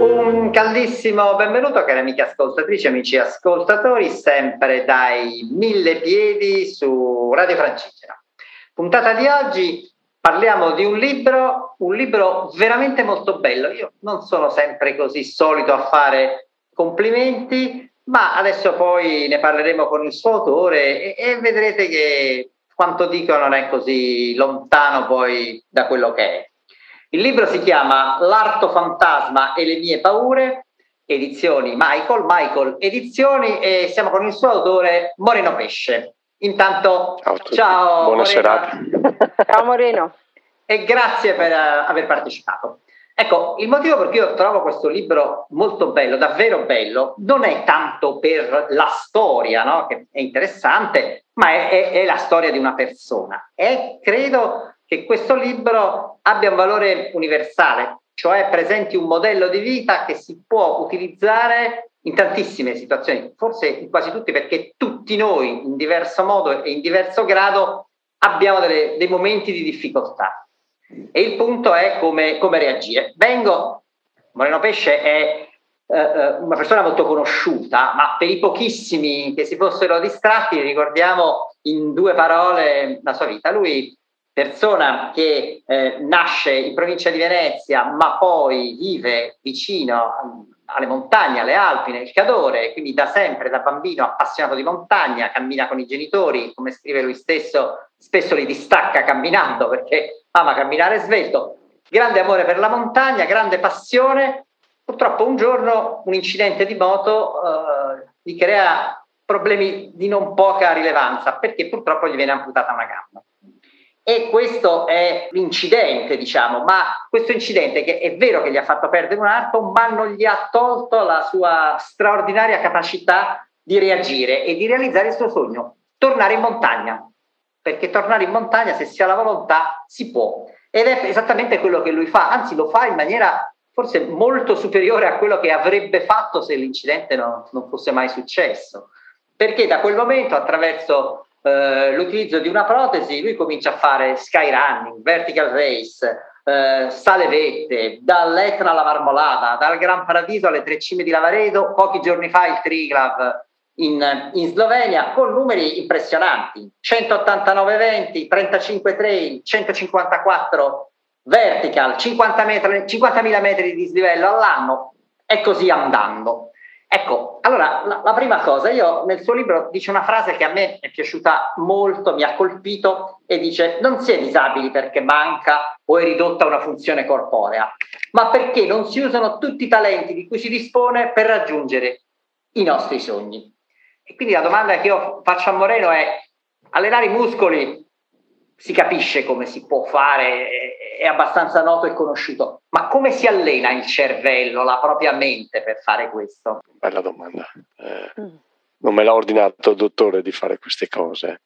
Un caldissimo benvenuto, cari amiche ascoltatrici, amici ascoltatori, sempre dai 1000 piedi su Radio Francigena. Puntata di oggi parliamo di un libro veramente molto bello. Io non sono sempre così solito a fare complimenti, ma adesso poi ne parleremo con il suo autore e vedrete che quanto dico non è così lontano poi da quello che è. Il libro si chiama L'arto fantasma e le mie paure, edizioni Michael Edizioni, e siamo con il suo autore Moreno Pesce. Intanto, ciao. Buona serata. Ciao Moreno. E grazie per aver partecipato. Ecco, il motivo per cui io trovo questo libro molto bello, davvero bello, non è tanto per la storia, no? Che è interessante, ma è la storia di una persona. E credo che questo libro abbia un valore universale, cioè presenti un modello di vita che si può utilizzare in tantissime situazioni, forse in quasi tutti, perché tutti noi in diverso modo e in diverso grado abbiamo dei momenti di difficoltà. E il punto è come reagire. Moreno Pesce è una persona molto conosciuta, ma per i pochissimi che si fossero distratti ricordiamo in 2 parole la sua vita. Lui, persona che nasce in provincia di Venezia, ma poi vive vicino alle montagne, alle Alpi, nel Cadore, quindi da sempre, da bambino, appassionato di montagna, cammina con i genitori, come scrive lui stesso, spesso li distacca camminando perché ama camminare svelto, grande amore per la montagna, grande passione. Purtroppo un giorno un incidente di moto gli crea problemi di non poca rilevanza, perché purtroppo gli viene amputata una gamba. E questo è l'incidente, diciamo, ma questo incidente che è vero che gli ha fatto perdere un arto, ma non gli ha tolto la sua straordinaria capacità di reagire e di realizzare il suo sogno, tornare in montagna. Perché tornare in montagna, se si ha la volontà, si può. Ed è esattamente quello che lui fa, anzi lo fa in maniera forse molto superiore a quello che avrebbe fatto se l'incidente non fosse mai successo. Perché da quel momento, attraverso l'utilizzo di una protesi, lui comincia a fare skyrunning, vertical race, sale vette, dall'Etna alla Marmolada, dal Gran Paradiso alle 3 cime di Lavaredo, pochi giorni fa il Triglav in Slovenia, con numeri impressionanti: 189 eventi, 35 trail, 154 vertical, 50.000 metri di dislivello all'anno, e così andando. Ecco, allora la prima cosa, io nel suo libro dice una frase che a me è piaciuta molto, mi ha colpito, e dice: non si è disabili perché manca o è ridotta una funzione corporea, ma perché non si usano tutti i talenti di cui si dispone per raggiungere i nostri sogni. E quindi la domanda che io faccio a Moreno è: allenare i muscoli si capisce come si può fare, è abbastanza noto e conosciuto, ma come si allena il cervello, la propria mente per fare questo? Bella domanda. Non me l'ha ordinato il dottore di fare queste cose,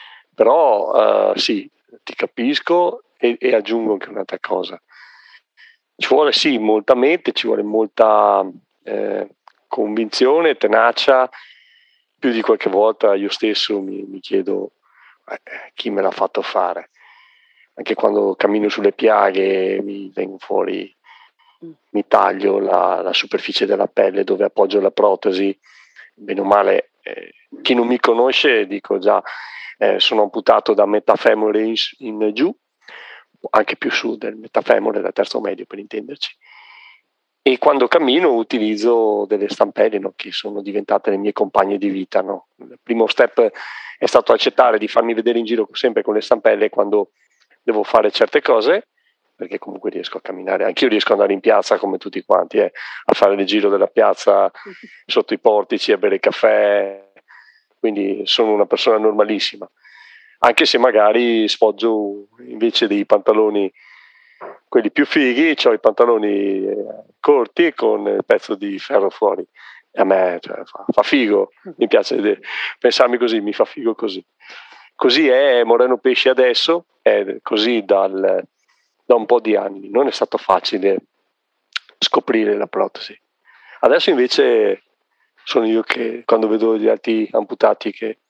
però sì, ti capisco, e aggiungo anche un'altra cosa. Ci vuole sì molta mente, ci vuole molta convinzione, tenacia. Più di qualche volta io stesso mi chiedo chi me l'ha fatto fare. Anche quando cammino sulle piaghe mi vengo fuori, mi taglio la superficie della pelle dove appoggio la protesi, bene o male, chi non mi conosce dico già, sono amputato da metà femore in giù, anche più su del metà femore, dal terzo medio per intenderci, e quando cammino utilizzo delle stampelle, no, che sono diventate le mie compagne di vita, no? Il primo step è stato accettare di farmi vedere in giro sempre con le stampelle quando devo fare certe cose, perché comunque riesco a camminare, anch'io riesco ad andare in piazza come tutti quanti, a fare il giro della piazza sotto i portici, a bere caffè, quindi sono una persona normalissima, anche se magari sfoggio invece dei pantaloni, quelli più fighi, ho i pantaloni corti con il pezzo di ferro fuori, e a me fa figo, mi piace pensarmi così, mi fa figo così. Così è Moreno Pesce adesso, è così da un po' di anni. Non è stato facile scoprire la protesi. Adesso invece sono io che, quando vedo gli altri amputati che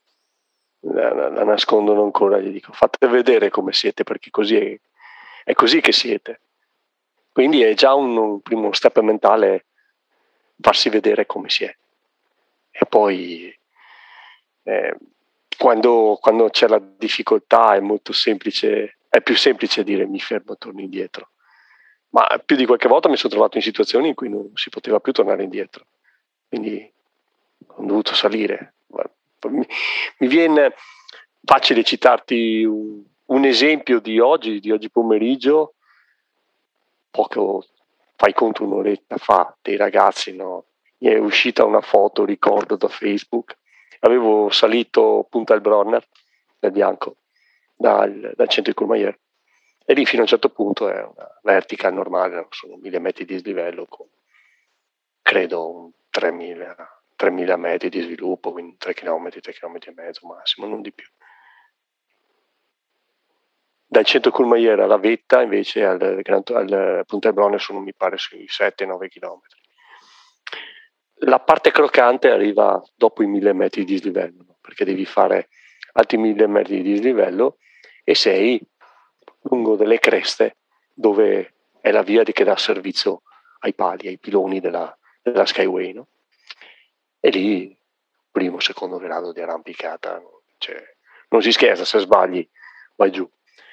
la nascondono ancora, gli dico: fate vedere come siete, perché così è così che siete. Quindi è già un primo step mentale farsi vedere come si è. E poi quando c'è la difficoltà è molto semplice, è più semplice dire mi fermo e torno indietro. Ma più di qualche volta mi sono trovato in situazioni in cui non si poteva più tornare indietro, quindi ho dovuto salire. Mi viene facile citarti un esempio di oggi pomeriggio, poco, fai conto, un'oretta fa, dei ragazzi, no? Mi è uscita una foto, ricordo, da Facebook, avevo salito Punta del Bronner, nel bianco, dal centro di Courmayeur, e lì fino a un certo punto è una vertical normale, sono 1000 metri di dislivello con credo 3000 metri di sviluppo, quindi 3 km e mezzo massimo, non di più. Dal centro Courmayeur alla vetta invece al Punta del Bronner sono, mi pare, sui 7-9 km. La parte croccante arriva dopo i 1000 metri di dislivello, no? Perché devi fare altri 1000 metri di dislivello e sei lungo delle creste dove è la via che dà servizio ai pali, ai piloni della Skyway, no? E lì primo, secondo grado di arrampicata, non si scherza, se sbagli vai giù.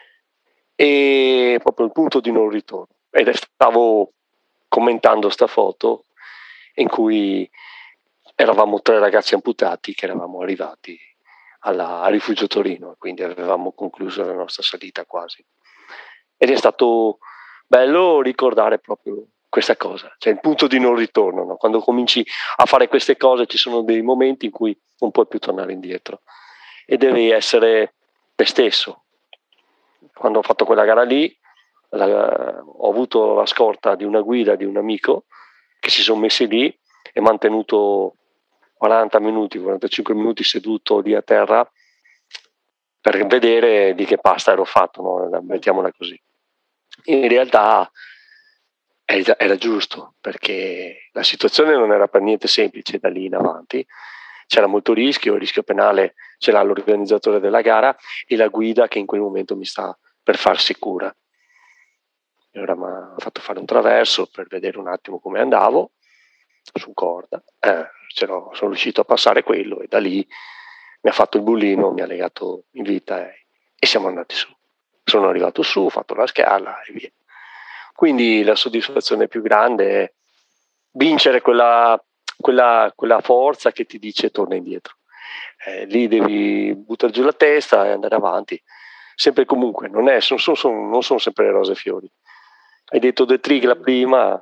E proprio il punto di non ritorno. Ed stavo commentando sta foto in cui eravamo 3 ragazzi amputati che eravamo arrivati al Rifugio Torino, quindi avevamo concluso la nostra salita quasi. Ed è stato bello ricordare proprio questa cosa, cioè il punto di non ritorno, no? Quando cominci a fare queste cose ci sono dei momenti in cui non puoi più tornare indietro e devi essere te stesso. Quando ho fatto quella gara lì ho avuto la scorta di una guida di un amico che si sono messi lì e mantenuto 40 minuti, 45 minuti seduto lì a terra per vedere di che pasta ero fatto, no? Mettiamola così. In realtà era giusto, perché la situazione non era per niente semplice da lì in avanti, c'era molto rischio, il rischio penale ce l'ha l'organizzatore della gara e la guida che in quel momento mi sta per far sicura. E ora mi ha fatto fare un traverso per vedere un attimo come andavo su corda, sono riuscito a passare quello e da lì mi ha fatto il bullino, mi ha legato in vita e siamo andati su. Sono arrivato su, ho fatto la scala e via. Quindi la soddisfazione più grande è vincere quella forza che ti dice torna indietro. Lì devi buttare giù la testa e andare avanti. Sempre e comunque, non sono sempre rose e fiori. Hai detto The Trig la prima,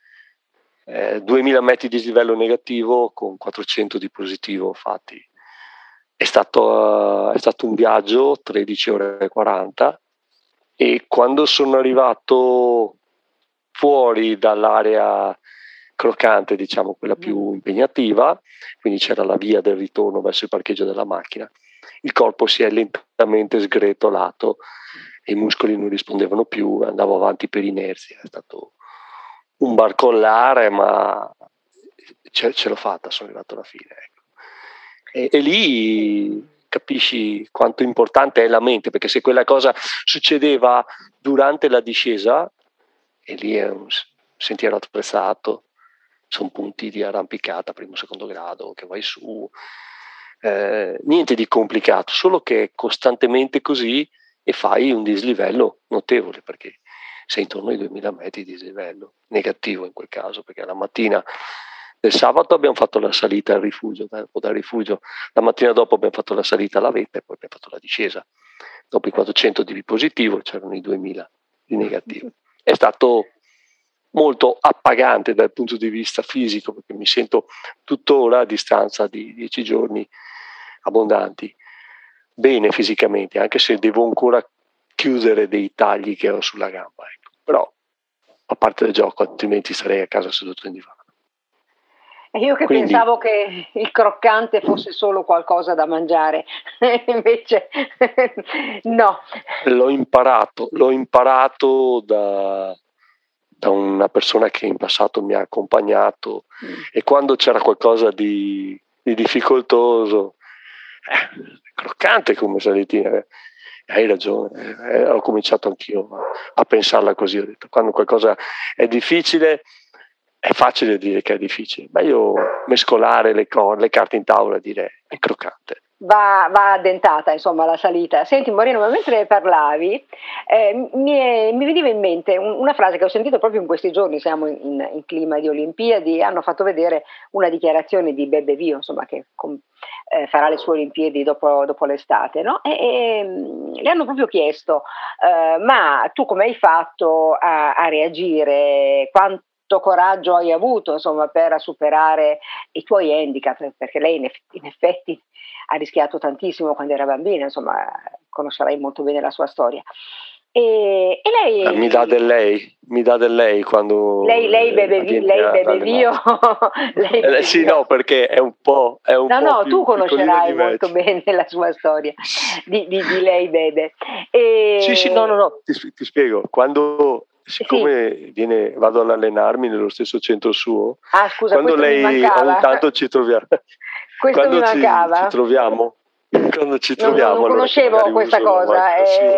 2000 metri di dislivello negativo con 400 di positivo fatti. È stato un viaggio, 13 ore e 40, e quando sono arrivato fuori dall'area croccante, diciamo quella più impegnativa, quindi c'era la via del ritorno verso il parcheggio della macchina, il corpo si è lentamente sgretolato e i muscoli non rispondevano più, andavo avanti per inerzia. È stato un barcollare, ma ce l'ho fatta, sono arrivato alla fine, ecco. E lì capisci quanto importante è la mente, perché se quella cosa succedeva durante la discesa, e lì è un sentiero attrezzato, sono punti di arrampicata primo secondo grado che vai su, niente di complicato, solo che è costantemente così e fai un dislivello notevole, perché sei intorno ai 2000 metri di dislivello negativo in quel caso, perché la mattina del sabato abbiamo fatto la salita al rifugio, dal rifugio la mattina dopo abbiamo fatto la salita alla vetta e poi abbiamo fatto la discesa. Dopo i 400 di positivo c'erano i 2000 di negativo. È stato molto appagante dal punto di vista fisico, perché mi sento tuttora a distanza di 10 giorni abbondanti bene fisicamente, anche se devo ancora chiudere dei tagli che ho sulla gamba, ecco. Però a parte del gioco, altrimenti sarei a casa seduto in divano. Io che pensavo che il croccante fosse solo qualcosa da mangiare, invece no. L'ho imparato da una persona che in passato mi ha accompagnato e quando c'era qualcosa di difficoltoso, croccante come salitina, hai ragione, ho cominciato anch'io a pensarla così, ho detto quando qualcosa è difficile è facile dire che è difficile, ma io mescolare le carte in tavola e dire è croccante. Va addentata, insomma, la salita. Senti Moreno, ma mentre parlavi mi veniva in mente una frase che ho sentito proprio in questi giorni, siamo in clima di Olimpiadi, hanno fatto vedere una dichiarazione di Bebe Vio, insomma, che farà le sue Olimpiadi dopo l'estate, no? E le hanno proprio chiesto, ma tu come hai fatto a reagire, quanto coraggio hai avuto, insomma, per superare i tuoi handicap, perché lei in effetti ha rischiato tantissimo quando era bambina, insomma, conoscerai molto bene la sua storia. E lei mi dà del lei quando lei beve Vio. Sì, no, perché è un po' no, più tu conoscerai molto me. bene la sua storia di lei bebe. Sì, no, ti spiego. Quando, siccome vado ad allenarmi nello stesso centro suo, scusa, quando lei ogni tanto ci troviamo, questo mi mancava. Quando ci troviamo, non conoscevo questa cosa,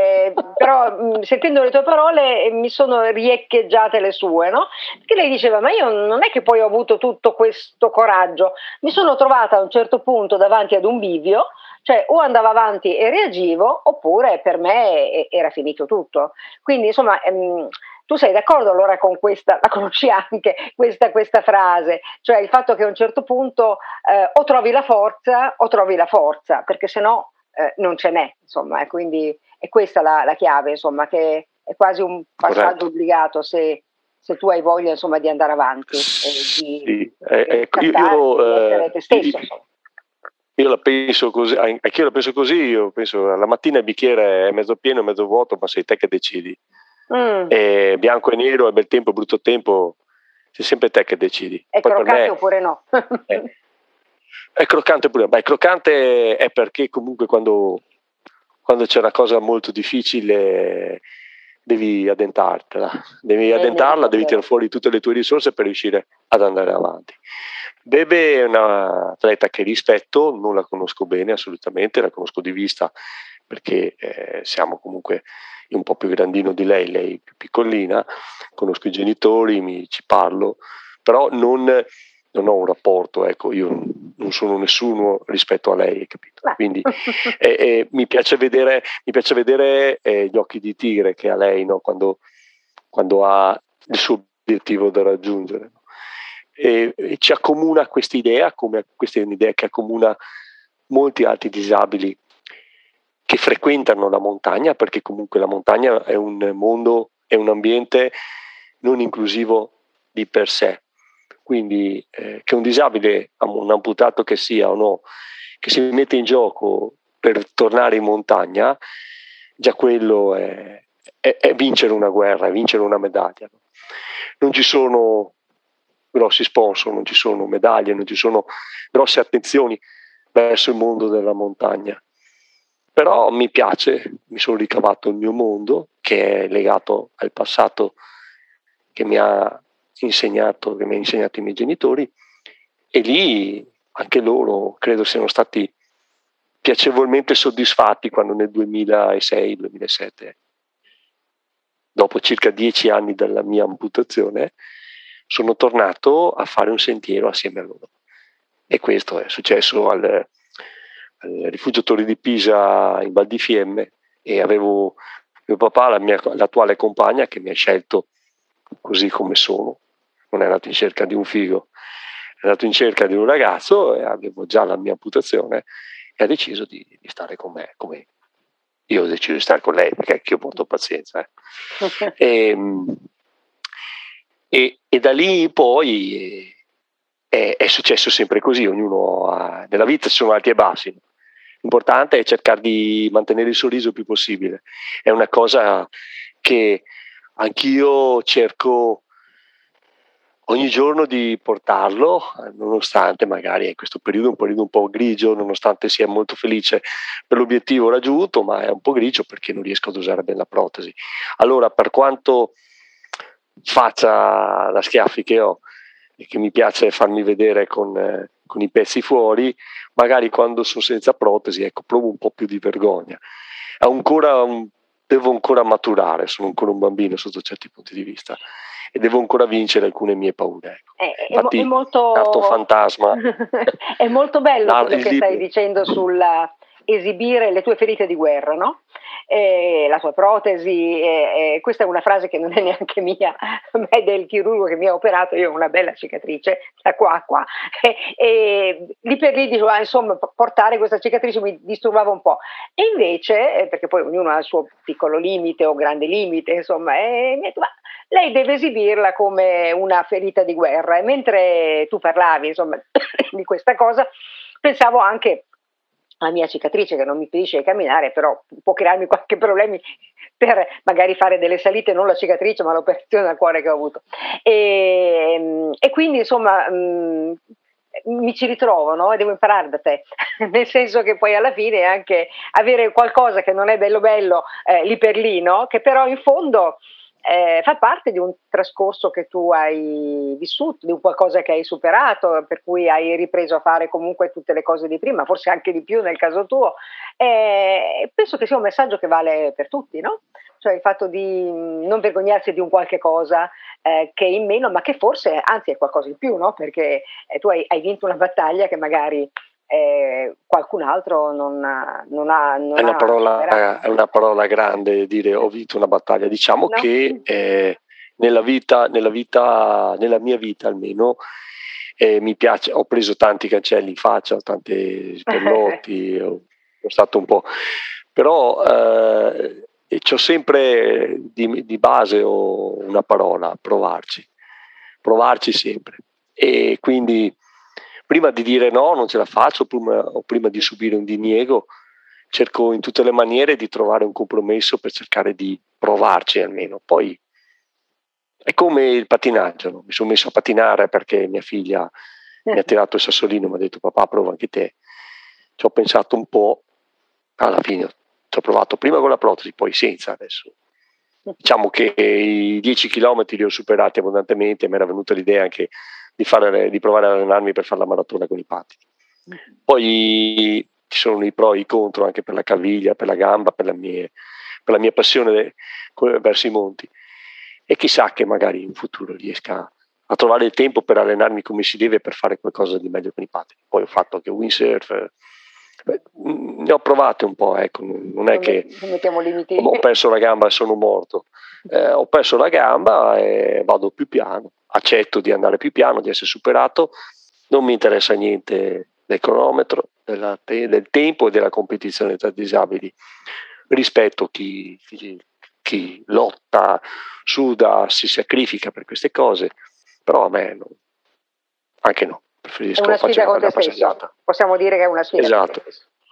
però sentendo le tue parole mi sono riecheggiate le sue, no? Perché lei diceva, ma io non è che poi ho avuto tutto questo coraggio, mi sono trovata a un certo punto davanti ad un bivio, cioè o andavo avanti e reagivo, oppure per me era finito tutto. Quindi insomma, tu sei d'accordo allora con questa, la conosci anche, questa frase, cioè il fatto che a un certo punto o trovi la forza, perché se no non ce n'è, insomma, e quindi è questa la chiave, insomma, che è quasi un passaggio obbligato se tu hai voglia, insomma, di andare avanti e di essere te stesso, insomma. Io la penso così, anch'io la penso così, io penso la mattina il bicchiere è mezzo pieno, mezzo vuoto, ma sei te che decidi. E bianco e nero, è bel tempo, è brutto tempo, sei sempre te che decidi. È poi croccante per me, oppure no? È croccante oppure no? Beh, croccante è perché comunque quando c'è una cosa molto difficile devi addentartela, devi tirare fuori tutte le tue risorse per riuscire ad andare avanti. Bebe è una atleta che rispetto, non la conosco bene assolutamente, la conosco di vista perché siamo comunque un po' più grandino di lei più piccolina, conosco i genitori, ci parlo, però non ho un rapporto, ecco, io non sono nessuno rispetto a lei, capito? Quindi mi piace vedere gli occhi di tigre che ha lei, no? Quando ha il suo obiettivo da raggiungere, no? E ci accomuna questa idea, come questa è un'idea che accomuna molti altri disabili che frequentano la montagna, perché comunque la montagna è un mondo, è un ambiente non inclusivo di per sé. Quindi che un disabile, un amputato che sia o no, che si mette in gioco per tornare in montagna, già quello è vincere una guerra, è vincere una medaglia. No? Non ci sono grossi sponsor, non ci sono medaglie, non ci sono grosse attenzioni verso il mondo della montagna. Però mi piace, mi sono ricavato il mio mondo, che è legato al passato che mi ha insegnato i miei genitori, e lì anche loro credo siano stati piacevolmente soddisfatti quando nel 2006-2007, dopo circa 10 anni dalla mia amputazione, sono tornato a fare un sentiero assieme a loro. E questo è successo al Rifugio Torri di Pisa in Val di Fiemme, e avevo mio papà, l'attuale compagna, che mi ha scelto così come sono, non è andato in cerca di un figo, è andato in cerca di un ragazzo, e avevo già la mia amputazione e ha deciso di stare con me, come io ho deciso di stare con lei, perché io ho molto pazienza. E da lì poi è successo sempre così, ognuno nella vita ci sono alti e bassi. L'importante è cercare di mantenere il sorriso il più possibile. È una cosa che anch'io cerco ogni giorno di portarlo, nonostante magari in questo periodo è un po' grigio, nonostante sia molto felice per l'obiettivo raggiunto, ma è un po' grigio perché non riesco ad usare bene la protesi. Allora, per quanto faccia da schiaffi che ho e che mi piace farmi vedere con i pezzi fuori, magari quando sono senza protesi, ecco, provo un po' più di vergogna. Devo ancora maturare, sono ancora un bambino sotto certi punti di vista, e devo ancora vincere alcune mie paure. Infatti, è molto Cartofantasma è molto bello quello che stai dicendo sul esibire le tue ferite di guerra, no? La tua protesi, questa è una frase che non è neanche mia, ma è del chirurgo che mi ha operato. Io ho una bella cicatrice da qua a qua, e lì per lì dicevo, insomma, portare questa cicatrice mi disturbava un po', e invece, perché poi ognuno ha il suo piccolo limite o grande limite, insomma, mi ha detto, ma lei deve esibirla come una ferita di guerra. E mentre tu parlavi, insomma, di questa cosa, pensavo anche alla mia cicatrice che non mi impedisce di camminare, però può crearmi qualche problema per magari fare delle salite, non la cicatrice ma l'operazione al cuore che ho avuto, e quindi insomma mi ci ritrovo, no? E devo imparare da te, nel senso che poi alla fine anche avere qualcosa che non è bello lì per lì, no? Che però in fondo fa parte di un trascorso che tu hai vissuto, di un qualcosa che hai superato, per cui hai ripreso a fare comunque tutte le cose di prima, forse anche di più nel caso tuo. Penso che sia un messaggio che vale per tutti, no? Cioè il fatto di non vergognarsi di un qualche cosa che è in meno, ma che forse anzi è qualcosa in più, no? Perché tu hai vinto una battaglia che magari qualcun altro non ha. È una parola grande dire ho vinto una battaglia. Diciamo no? Che nella mia vita almeno mi piace, ho preso tanti cancelli in faccia, tanti spellotti, ho stato un po', però c'ho sempre di base una parola: provarci sempre, e quindi prima di dire no, non ce la faccio, o prima di subire un diniego, cerco in tutte le maniere di trovare un compromesso per cercare di provarci almeno. Poi è come il patinaggio, no? Mi sono messo a patinare perché mia figlia mi ha tirato il sassolino e mi ha detto papà prova anche te. Ci ho pensato un po', alla fine ci ho provato prima con la protesi, poi senza. Adesso diciamo che i 10 chilometri li ho superati abbondantemente, mi era venuta l'idea anche di provare ad allenarmi per fare la maratona con i pattini. Poi ci sono i pro e i contro anche per la caviglia, per la gamba, per la mia passione verso i monti, e chissà che magari in futuro riesca a trovare il tempo per allenarmi come si deve, per fare qualcosa di meglio con i pattini. Poi ho fatto anche windsurf, ne ho provate un po', ecco, non è che ho perso la gamba e sono morto. Ho perso la gamba e vado più piano, accetto di andare più piano, di essere superato, non mi interessa niente del cronometro, del tempo e della competizione tra disabili. Rispetto chi lotta, suda, si sacrifica per queste cose, però a me anche no, preferisco facere una passeggiata. Possiamo dire che è una sfida. Esatto.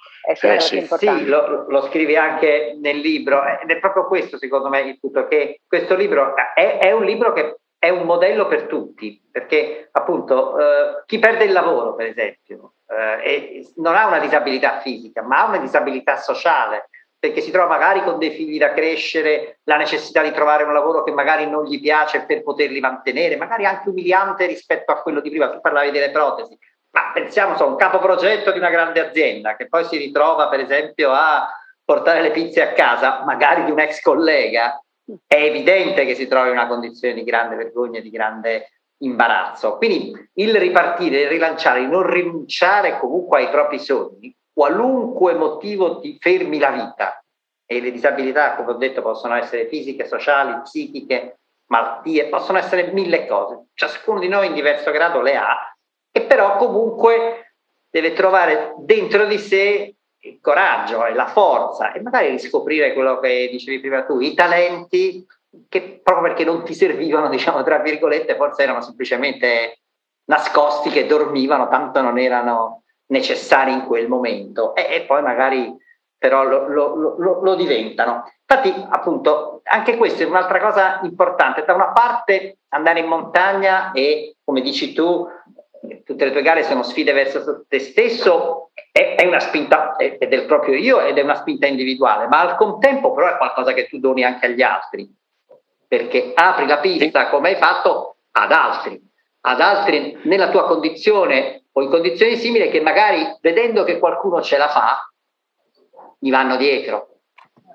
Sì, lo scrivi anche nel libro, ed è proprio questo secondo me il punto, che questo libro è un libro che è un modello per tutti, perché appunto chi perde il lavoro per esempio non ha una disabilità fisica ma ha una disabilità sociale, perché si trova magari con dei figli da crescere, la necessità di trovare un lavoro che magari non gli piace per poterli mantenere, magari anche umiliante rispetto a quello di prima. Tu parlavi delle protesi, ma pensiamo a un capoprogetto di una grande azienda che poi si ritrova per esempio a portare le pizze a casa, magari di un ex collega, è evidente che si trova in una condizione di grande vergogna, di grande imbarazzo. Quindi il ripartire, il rilanciare, il non rinunciare comunque ai propri sogni, qualunque motivo ti fermi la vita, e le disabilità, come ho detto, possono essere fisiche, sociali, psichiche, malattie, possono essere mille cose, ciascuno di noi in diverso grado le ha, e però comunque deve trovare dentro di sé il coraggio e la forza, e magari riscoprire quello che dicevi prima tu, i talenti che proprio perché non ti servivano, diciamo tra virgolette, forse erano semplicemente nascosti, che dormivano, tanto non erano necessari in quel momento, e poi magari però lo diventano. Infatti appunto anche questa è un'altra cosa importante: da una parte andare in montagna e, come dici tu, tutte le tue gare sono sfide verso te stesso, è una spinta, è del proprio io ed è una spinta individuale, ma al contempo però è qualcosa che tu doni anche agli altri, perché apri la pista, come hai fatto, ad altri nella tua condizione o in condizioni simili, che magari vedendo che qualcuno ce la fa gli vanno dietro.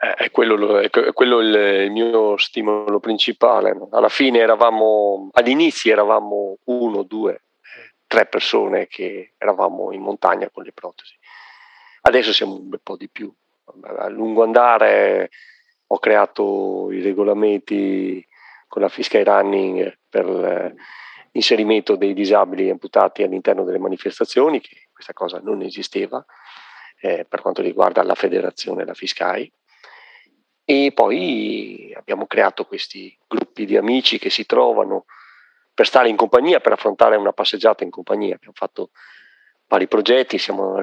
È quello il mio stimolo principale, no? Alla fine all'inizio eravamo 1, 2, 3 persone che eravamo in montagna con le protesi. Adesso siamo un bel po' di più. A lungo andare ho creato i regolamenti con la Fiscal Running per l'inserimento dei disabili amputati all'interno delle manifestazioni, che questa cosa non esisteva per quanto riguarda la federazione, la Fiscal. E poi abbiamo creato questi gruppi di amici che si trovano per stare in compagnia, per affrontare una passeggiata in compagnia. Abbiamo fatto vari progetti,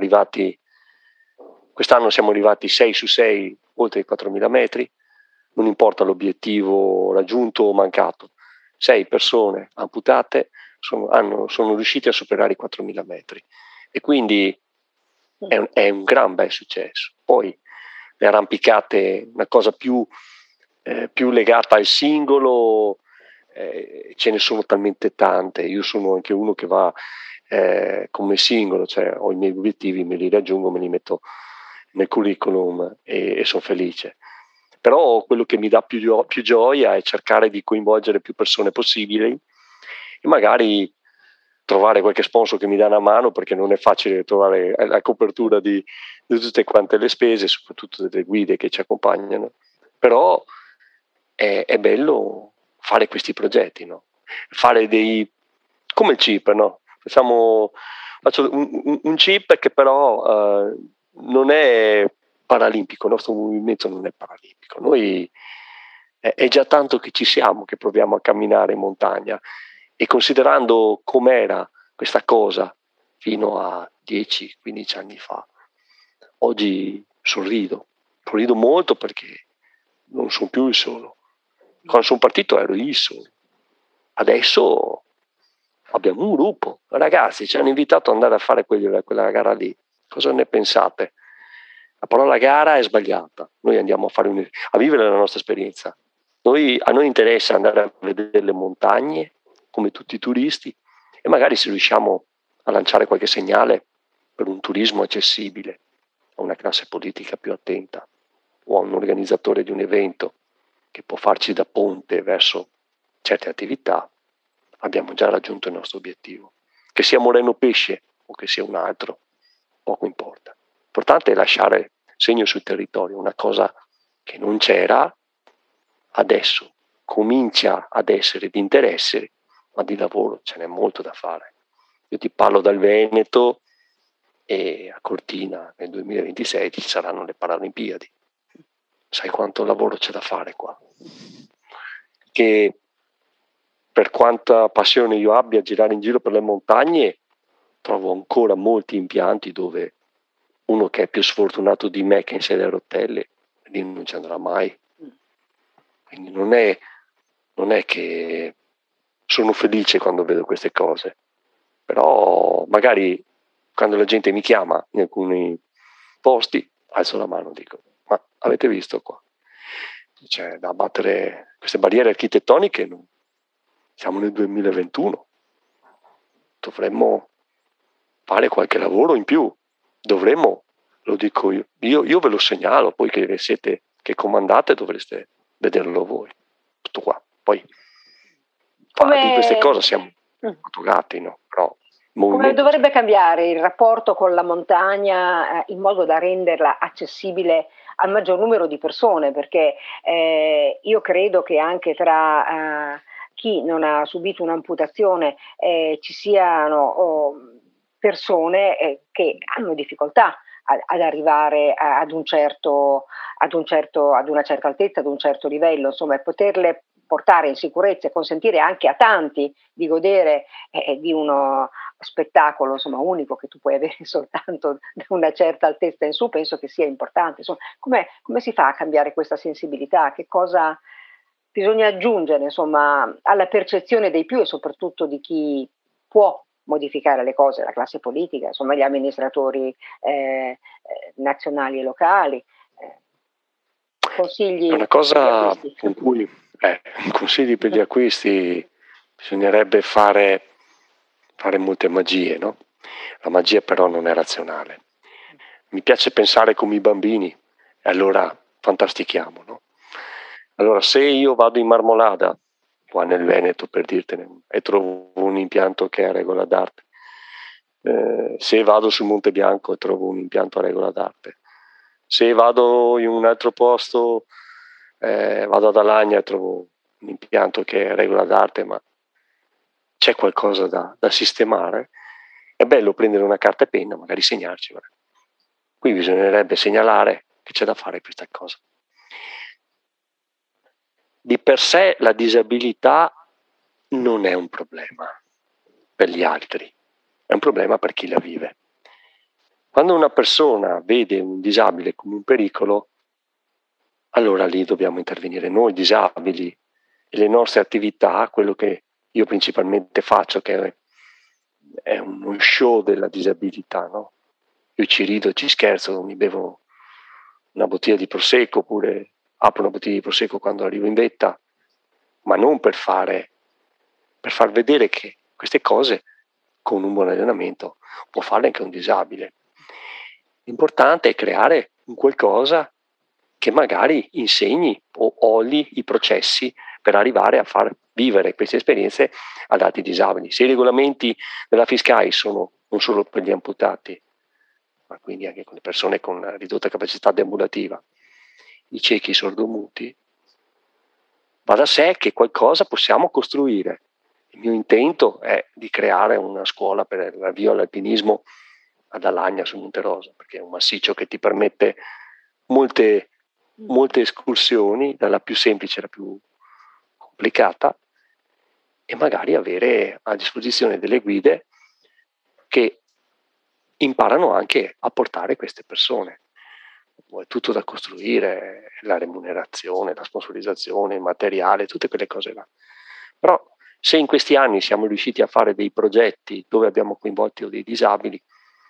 quest'anno siamo arrivati 6 su 6 oltre i 4.000 metri, non importa l'obiettivo raggiunto o mancato, 6 persone amputate sono riuscite a superare i 4.000 metri e quindi è un gran bel successo. Poi le arrampicate, una cosa più legata al singolo, ce ne sono talmente tante. Io sono anche uno che va come singolo, cioè ho i miei obiettivi, me li raggiungo, me li metto nel curriculum e sono felice. Però quello che mi dà più gioia è cercare di coinvolgere più persone possibili e magari trovare qualche sponsor che mi dà una mano, perché non è facile trovare la copertura di tutte quante le spese, soprattutto delle guide che ci accompagnano. Però è bello fare questi progetti, no? Fare come il CIP, no? Faccio un CIP che però non è paralimpico, il nostro movimento non è paralimpico. Noi è già tanto che ci siamo, che proviamo a camminare in montagna, e considerando com'era questa cosa fino a 10-15 anni fa, oggi sorrido molto perché non sono più il solo. Quando sono partito ero il solo, adesso abbiamo un gruppo, ragazzi ci hanno invitato ad andare a fare quella gara lì, cosa ne pensate? La parola gara è sbagliata, noi andiamo a vivere la nostra esperienza. A noi interessa andare a vedere le montagne come tutti i turisti e magari se riusciamo a lanciare qualche segnale per un turismo accessibile a una classe politica più attenta o a un organizzatore di un evento che può farci da ponte verso certe attività, abbiamo già raggiunto il nostro obiettivo. Che sia Moreno Pesce o che sia un altro, poco importa. L'importante è lasciare segno sul territorio, una cosa che non c'era, adesso comincia ad essere di interesse, ma di lavoro ce n'è molto da fare. Io ti parlo dal Veneto e a Cortina nel 2026 ci saranno le Paralimpiadi. Sai quanto lavoro c'è da fare qua? Che per quanta passione io abbia a girare in giro per le montagne, trovo ancora molti impianti dove uno che è più sfortunato di me che in sedia a rotelle, lì non ci andrà mai. Quindi non è che sono felice quando vedo queste cose, però magari quando la gente mi chiama in alcuni posti, alzo la mano e dico: ma avete visto qua? C'è da abbattere queste barriere architettoniche, siamo nel 2021, dovremmo fare qualche lavoro in più, lo dico io ve lo segnalo, poi che comandate dovreste vederlo voi, tutto qua. Poi di queste cose siamo togati, no? Però come dovrebbe cambiare il rapporto con la montagna in modo da renderla accessibile al maggior numero di persone, perché io credo che anche tra chi non ha subito un'amputazione ci siano persone che hanno difficoltà ad arrivare ad una certa altezza, ad un certo livello, insomma, e poterle portare in sicurezza e consentire anche a tanti di godere di uno spettacolo, insomma, unico che tu puoi avere soltanto da una certa altezza in su, penso che sia importante. Insomma, come si fa a cambiare questa sensibilità? Che cosa bisogna aggiungere, insomma, alla percezione dei più e soprattutto di chi può modificare le cose, la classe politica, insomma, gli amministratori nazionali e locali? Consigli? È una cosa con cui consigli per gli acquisti bisognerebbe fare molte magie, no? La magia però non è razionale. Mi piace pensare come i bambini, e allora fantastichiamo, no? Allora, se io vado in Marmolada, qua nel Veneto per dirtene, e trovo un impianto che è a regola d'arte, se vado sul Monte Bianco e trovo un impianto a regola d'arte, se vado in un altro posto, vado ad Alagna e trovo un impianto che è a regola d'arte, ma c'è qualcosa da sistemare, è bello prendere una carta e penna, magari segnarci. Qui bisognerebbe segnalare che c'è da fare questa cosa. Di per sé la disabilità non è un problema per gli altri, è un problema per chi la vive. Quando una persona vede un disabile come un pericolo, allora lì dobbiamo intervenire noi disabili e le nostre attività, quello che io principalmente faccio, che è uno show della disabilità, no? Io ci rido, ci scherzo, mi bevo una bottiglia di prosecco oppure apro una bottiglia di prosecco quando arrivo in vetta, ma non per far vedere che queste cose con un buon allenamento può farle anche un disabile. L'importante è creare un qualcosa che magari insegni o oli i processi per arrivare a far vivere queste esperienze ad altri disabili. Se i regolamenti della FISCAI sono non solo per gli amputati, ma quindi anche con le persone con ridotta capacità deambulativa, i ciechi, i sordomuti, va da sé che qualcosa possiamo costruire. Il mio intento è di creare una scuola per l'avvio all'alpinismo ad Alagna su Monte Rosa, perché è un massiccio che ti permette molte escursioni, dalla più semplice alla più complicata, e magari avere a disposizione delle guide che imparano anche a portare queste persone. È tutto da costruire, la remunerazione, la sponsorizzazione, il materiale, tutte quelle cose là. Però se in questi anni siamo riusciti a fare dei progetti dove abbiamo coinvolto dei disabili,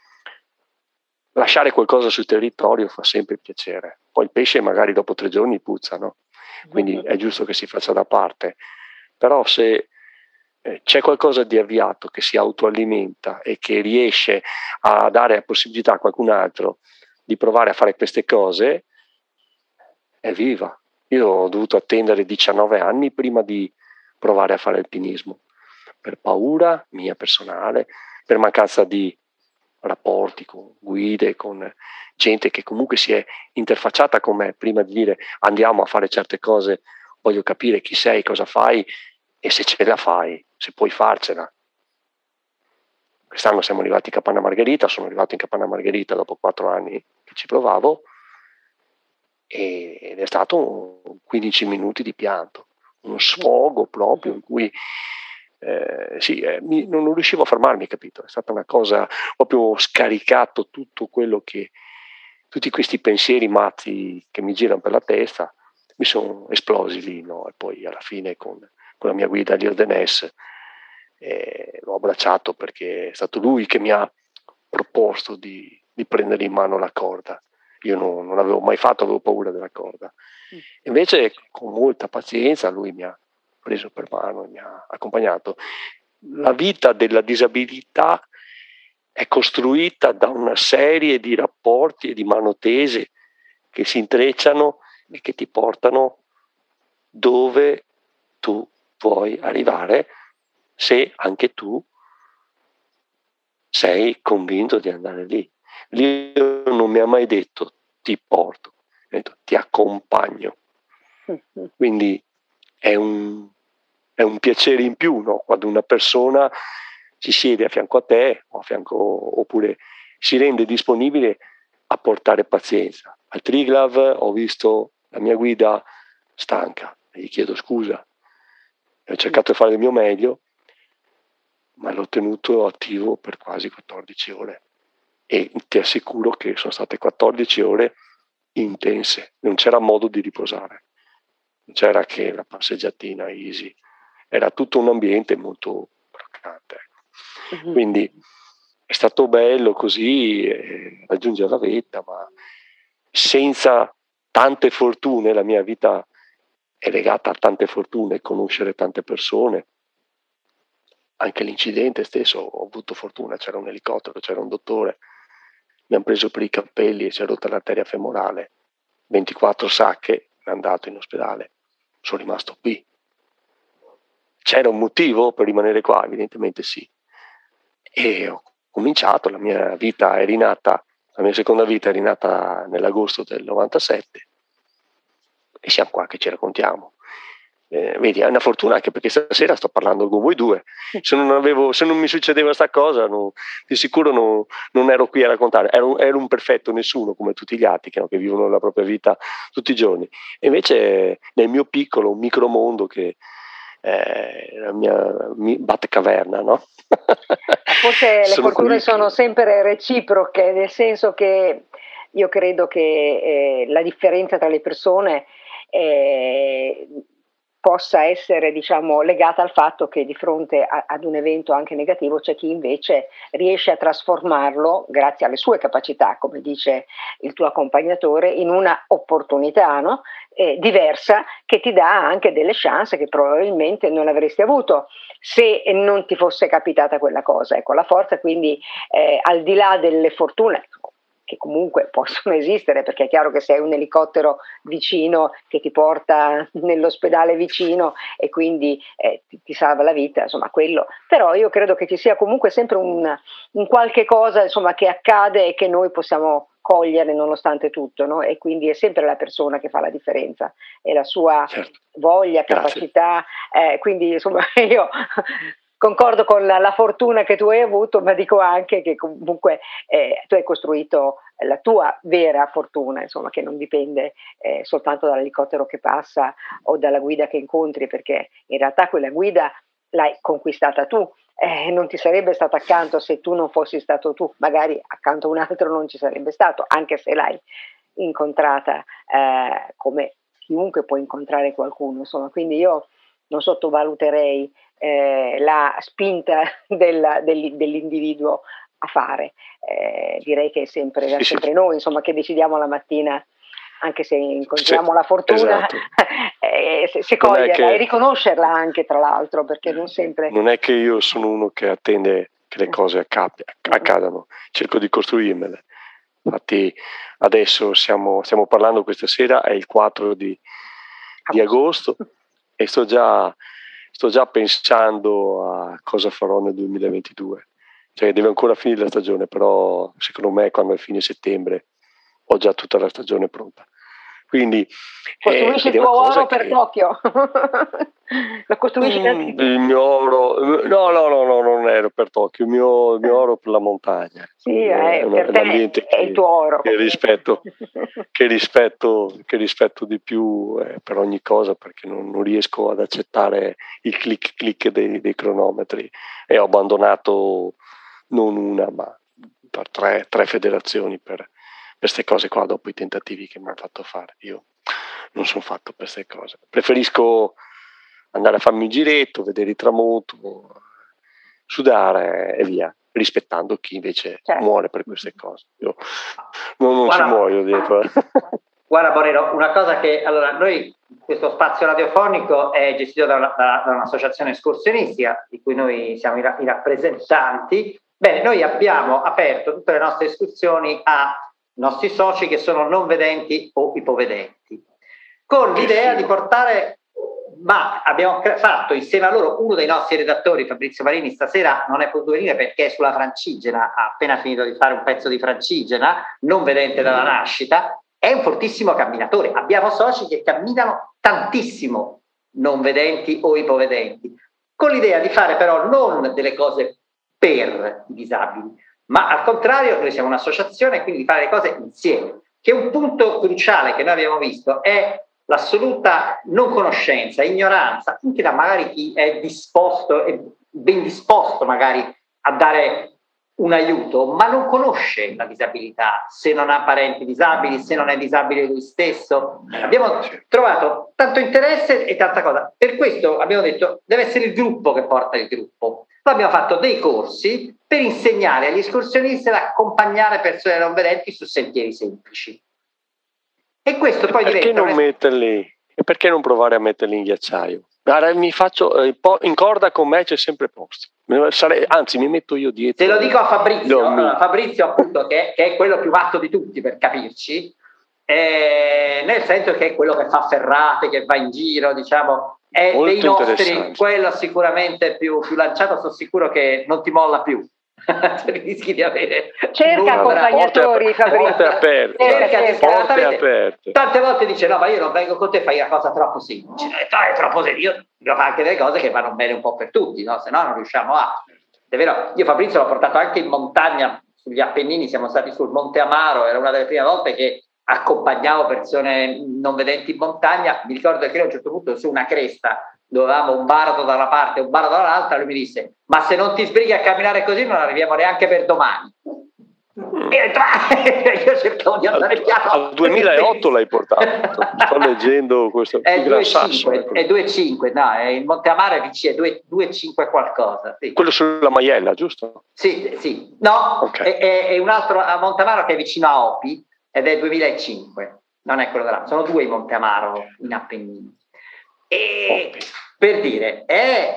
lasciare qualcosa sul territorio fa sempre piacere. Poi il pesce magari dopo 3 giorni puzza, no? Quindi è giusto che si faccia da parte. Però se c'è qualcosa di avviato che si autoalimenta e che riesce a dare la possibilità a qualcun altro di provare a fare queste cose, è viva. Io ho dovuto attendere 19 anni prima di provare a fare alpinismo, per paura mia personale, per mancanza di rapporti con guide, con gente che comunque si è interfacciata con me prima di dire andiamo a fare certe cose, voglio capire chi sei, cosa fai e se ce la fai, se puoi farcela. Quest'anno siamo arrivati a Capanna Margherita, sono arrivato in Capanna Margherita dopo 4 anni che ci provavo ed è stato 15 minuti di pianto, uno sfogo proprio in cui non riuscivo a fermarmi, capito? È stata una cosa, proprio scaricato tutto quello che, tutti questi pensieri mazzi che mi girano per la testa, mi sono esplosi lì, no? E poi alla fine con la mia guida Lio Denes l'ho abbracciato perché è stato lui che mi ha proposto di prendere in mano la corda. Io non l'avevo mai fatto, avevo paura della corda. Invece con molta pazienza lui mi ha preso per mano e mi ha accompagnato. La vita della disabilità è costruita da una serie di rapporti e di mano tese che si intrecciano e che ti portano dove tu vuoi arrivare, se anche tu sei convinto di andare lì. Io non mi ha mai detto ti porto, mi ha detto ti accompagno. Quindi è un piacere in più, no? Quando una persona si siede a fianco a te oppure si rende disponibile a portare pazienza. Al Triglav ho visto la mia guida stanca, gli chiedo scusa, ho cercato di fare il mio meglio, ma l'ho tenuto attivo per quasi 14 ore e ti assicuro che sono state 14 ore intense, non c'era modo di riposare, non c'era che la passeggiatina easy, era tutto un ambiente molto croccante. Quindi è stato bello così raggiungere la vetta, ma senza tante fortune, la mia vita è legata a tante fortune, conoscere tante persone. Anche l'incidente stesso ho avuto fortuna, c'era un elicottero, c'era un dottore, mi hanno preso per i capelli e si è rotta l'arteria femorale. 24 sacche, mi hanno dato in ospedale, sono rimasto qui. C'era un motivo per rimanere qua? Evidentemente sì. E ho cominciato, la mia vita è rinata, la mia seconda vita è rinata nell'agosto del 97 e siamo qua che ci raccontiamo. Vedi, è una fortuna anche perché stasera sto parlando con voi due. Se non mi succedeva questa cosa, di sicuro non ero qui a raccontare. Ero un perfetto nessuno come tutti gli altri che vivono la propria vita tutti i giorni. E invece nel mio piccolo, un micromondo che la mia Batcaverna, no? Forse le fortune sono sempre reciproche, nel senso che io credo che la differenza tra le persone possa essere, diciamo, legata al fatto che di fronte ad un evento anche negativo c'è chi invece riesce a trasformarlo, grazie alle sue capacità, come dice il tuo accompagnatore, in una opportunità, no? Diversa, che ti dà anche delle chance che probabilmente non avresti avuto se non ti fosse capitata quella cosa. Ecco, la forza quindi al di là delle fortune che comunque possono esistere, perché è chiaro che se hai un elicottero vicino che ti porta nell'ospedale vicino e quindi ti salva la vita, insomma quello. Però io credo che ci sia comunque sempre un qualche cosa, insomma, che accade e che noi possiamo cogliere nonostante tutto, no? E quindi è sempre la persona che fa la differenza e la sua voglia, capacità, quindi insomma io concordo con la fortuna che tu hai avuto, ma dico anche che comunque tu hai costruito la tua vera fortuna, insomma, che non dipende soltanto dall'elicottero che passa o dalla guida che incontri, perché in realtà quella guida l'hai conquistata tu, non ti sarebbe stato accanto se tu non fossi stato tu, magari accanto a un altro non ci sarebbe stato, anche se l'hai incontrata come chiunque può incontrare qualcuno, insomma, quindi io non sottovaluterei la spinta dell'individuo a fare. Direi che è sempre noi, insomma, che decidiamo la mattina, anche se incontriamo la fortuna, esatto. se coglierla e riconoscerla anche, tra l'altro, perché non sempre... Non è che io sono uno che attende che le cose accadano, cerco di costruirmele. Infatti adesso stiamo parlando questa sera, è il 4 di agosto, e sto già pensando a cosa farò nel 2022. Cioè deve ancora finire la stagione, però secondo me quando è fine settembre ho già tutta la stagione pronta. Quindi costruisci il tuo oro per Tokyo. Lo costruisci il mio oro no, non ero per Tokyo, il mio oro per la montagna. Sì, per te è il tuo oro. Che rispetto di più per ogni cosa, perché non riesco ad accettare il click dei cronometri e ho abbandonato non una ma per tre federazioni per queste cose qua, dopo i tentativi che mi hanno fatto fare. Io non sono fatto per queste cose, preferisco andare a farmi un giretto, vedere il tramonto, sudare e via, rispettando chi invece muore per queste cose. Io non ci muoio dietro. Guarda Bonero, una cosa che, allora, noi, questo spazio radiofonico è gestito da un'associazione escursionistica, di cui noi siamo i rappresentanti. Bene, noi abbiamo aperto tutte le nostre escursioni a nostri soci che sono non vedenti o ipovedenti, con l'idea di portare, ma abbiamo fatto insieme a loro, uno dei nostri redattori, Fabrizio Marini, stasera non è potuto venire perché è sulla Francigena, ha appena finito di fare un pezzo di Francigena, non vedente dalla nascita, è un fortissimo camminatore. Abbiamo soci che camminano tantissimo, non vedenti o ipovedenti, con l'idea di fare però non delle cose per i disabili, ma al contrario noi siamo un'associazione e quindi di fare le cose insieme, che un punto cruciale che noi abbiamo visto è l'assoluta non conoscenza, ignoranza, anche da magari chi è disposto e ben disposto magari a dare un aiuto, ma non conosce la disabilità, se non ha parenti disabili, se non è disabile lui stesso. Abbiamo trovato tanto interesse e tanta cosa. Per questo abbiamo detto deve essere il gruppo che porta il gruppo. Poi abbiamo fatto dei corsi per insegnare agli escursionisti ad accompagnare persone non vedenti su sentieri semplici. E questo poi diventa... Perché non provare a metterli in ghiacciaio? Guarda, mi faccio in corda con me, c'è sempre posto. Anzi, mi metto io dietro. Se lo dico a Fabrizio, Fabrizio appunto che è quello più matto di tutti, per capirci, nel senso che è quello che fa ferrate, che va in giro, diciamo, è molto dei nostri, quello sicuramente più lanciato, sono sicuro che non ti molla più. Rischi di avere cerca accompagnatori, porte aperte. Tante volte dice no, ma io non vengo con te, fai una cosa troppo semplice, è troppo semplice. Io devo fare anche delle cose che vanno bene un po' per tutti, no? Se no non riusciamo a. È vero, io Fabrizio l'ho portato anche in montagna, sugli Appennini, siamo stati sul Monte Amaro, era una delle prime volte che accompagnavo persone non vedenti in montagna. Mi ricordo che a un certo punto su una cresta dove avevamo un baratro da una parte e un baratro dall'altra, lui mi disse ma se non ti sbrighi a camminare così non arriviamo neanche per domani. E io cercavo di andare piano. Al 2008 l'hai portato, sto leggendo questo. È 2,5, no, è il Monte Amaro è vicino, è 2,5 qualcosa. Sì. Quello sulla Maiella, giusto? Sì. No, okay. È un altro a Monte Amaro che è vicino a Opi ed è 2005, non è quello là, sono 2 i Monte Amaro in Appennini. E per dire, è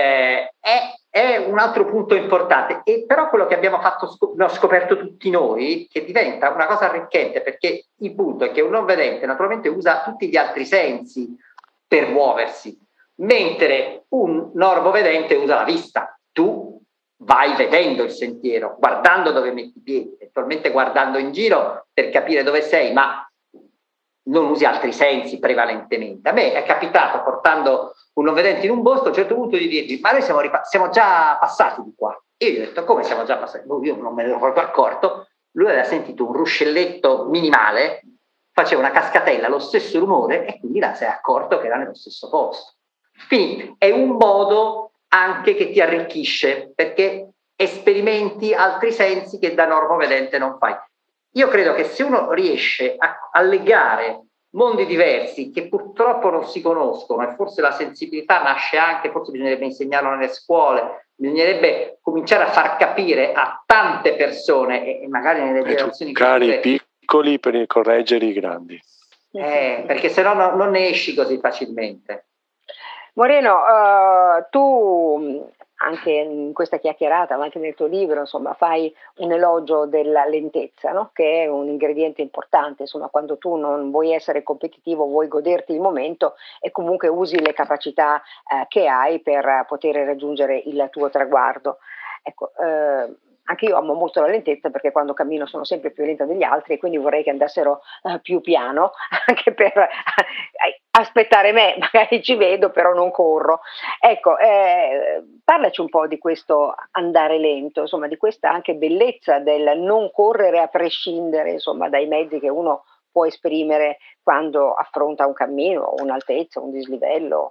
un altro punto importante, e però quello che abbiamo scoperto tutti noi, che diventa una cosa arricchente, perché il punto è che un non vedente naturalmente usa tutti gli altri sensi per muoversi, mentre un normovedente usa la vista. Tu vai vedendo il sentiero, guardando dove metti i piedi, eventualmente guardando in giro per capire dove sei, ma non usi altri sensi prevalentemente. A me è capitato, portando un non vedente in un bosco, a un certo punto di dirgli ma noi siamo già passati di qua. E io gli ho detto come siamo già passati? Io non me ne ero proprio accorto. Lui aveva sentito un ruscelletto minimale, faceva una cascatella, lo stesso rumore, e quindi là si è accorto che era nello stesso posto. Quindi è un modo anche che ti arricchisce, perché esperimenti altri sensi che da normovedente non fai. Io credo che se uno riesce a legare mondi diversi che purtroppo non si conoscono, e forse la sensibilità nasce anche, forse bisognerebbe insegnarlo nelle scuole, bisognerebbe cominciare a far capire a tante persone e magari nelle generazioni future, i piccoli per correggere i grandi. Perché se no non ne esci così facilmente. Moreno, tu anche in questa chiacchierata, ma anche nel tuo libro, insomma, fai un elogio della lentezza, no? Che è un ingrediente importante, insomma, quando tu non vuoi essere competitivo, vuoi goderti il momento e comunque usi le capacità che hai per poter raggiungere il tuo traguardo. Ecco, anche io amo molto la lentezza, perché quando cammino sono sempre più lenta degli altri, e quindi vorrei che andassero più piano, anche per aspettare me, magari ci vedo però non corro. Ecco, parlaci un po' di questo andare lento, insomma, di questa anche bellezza del non correre a prescindere, insomma, dai mezzi che uno può esprimere quando affronta un cammino, un'altezza, un dislivello.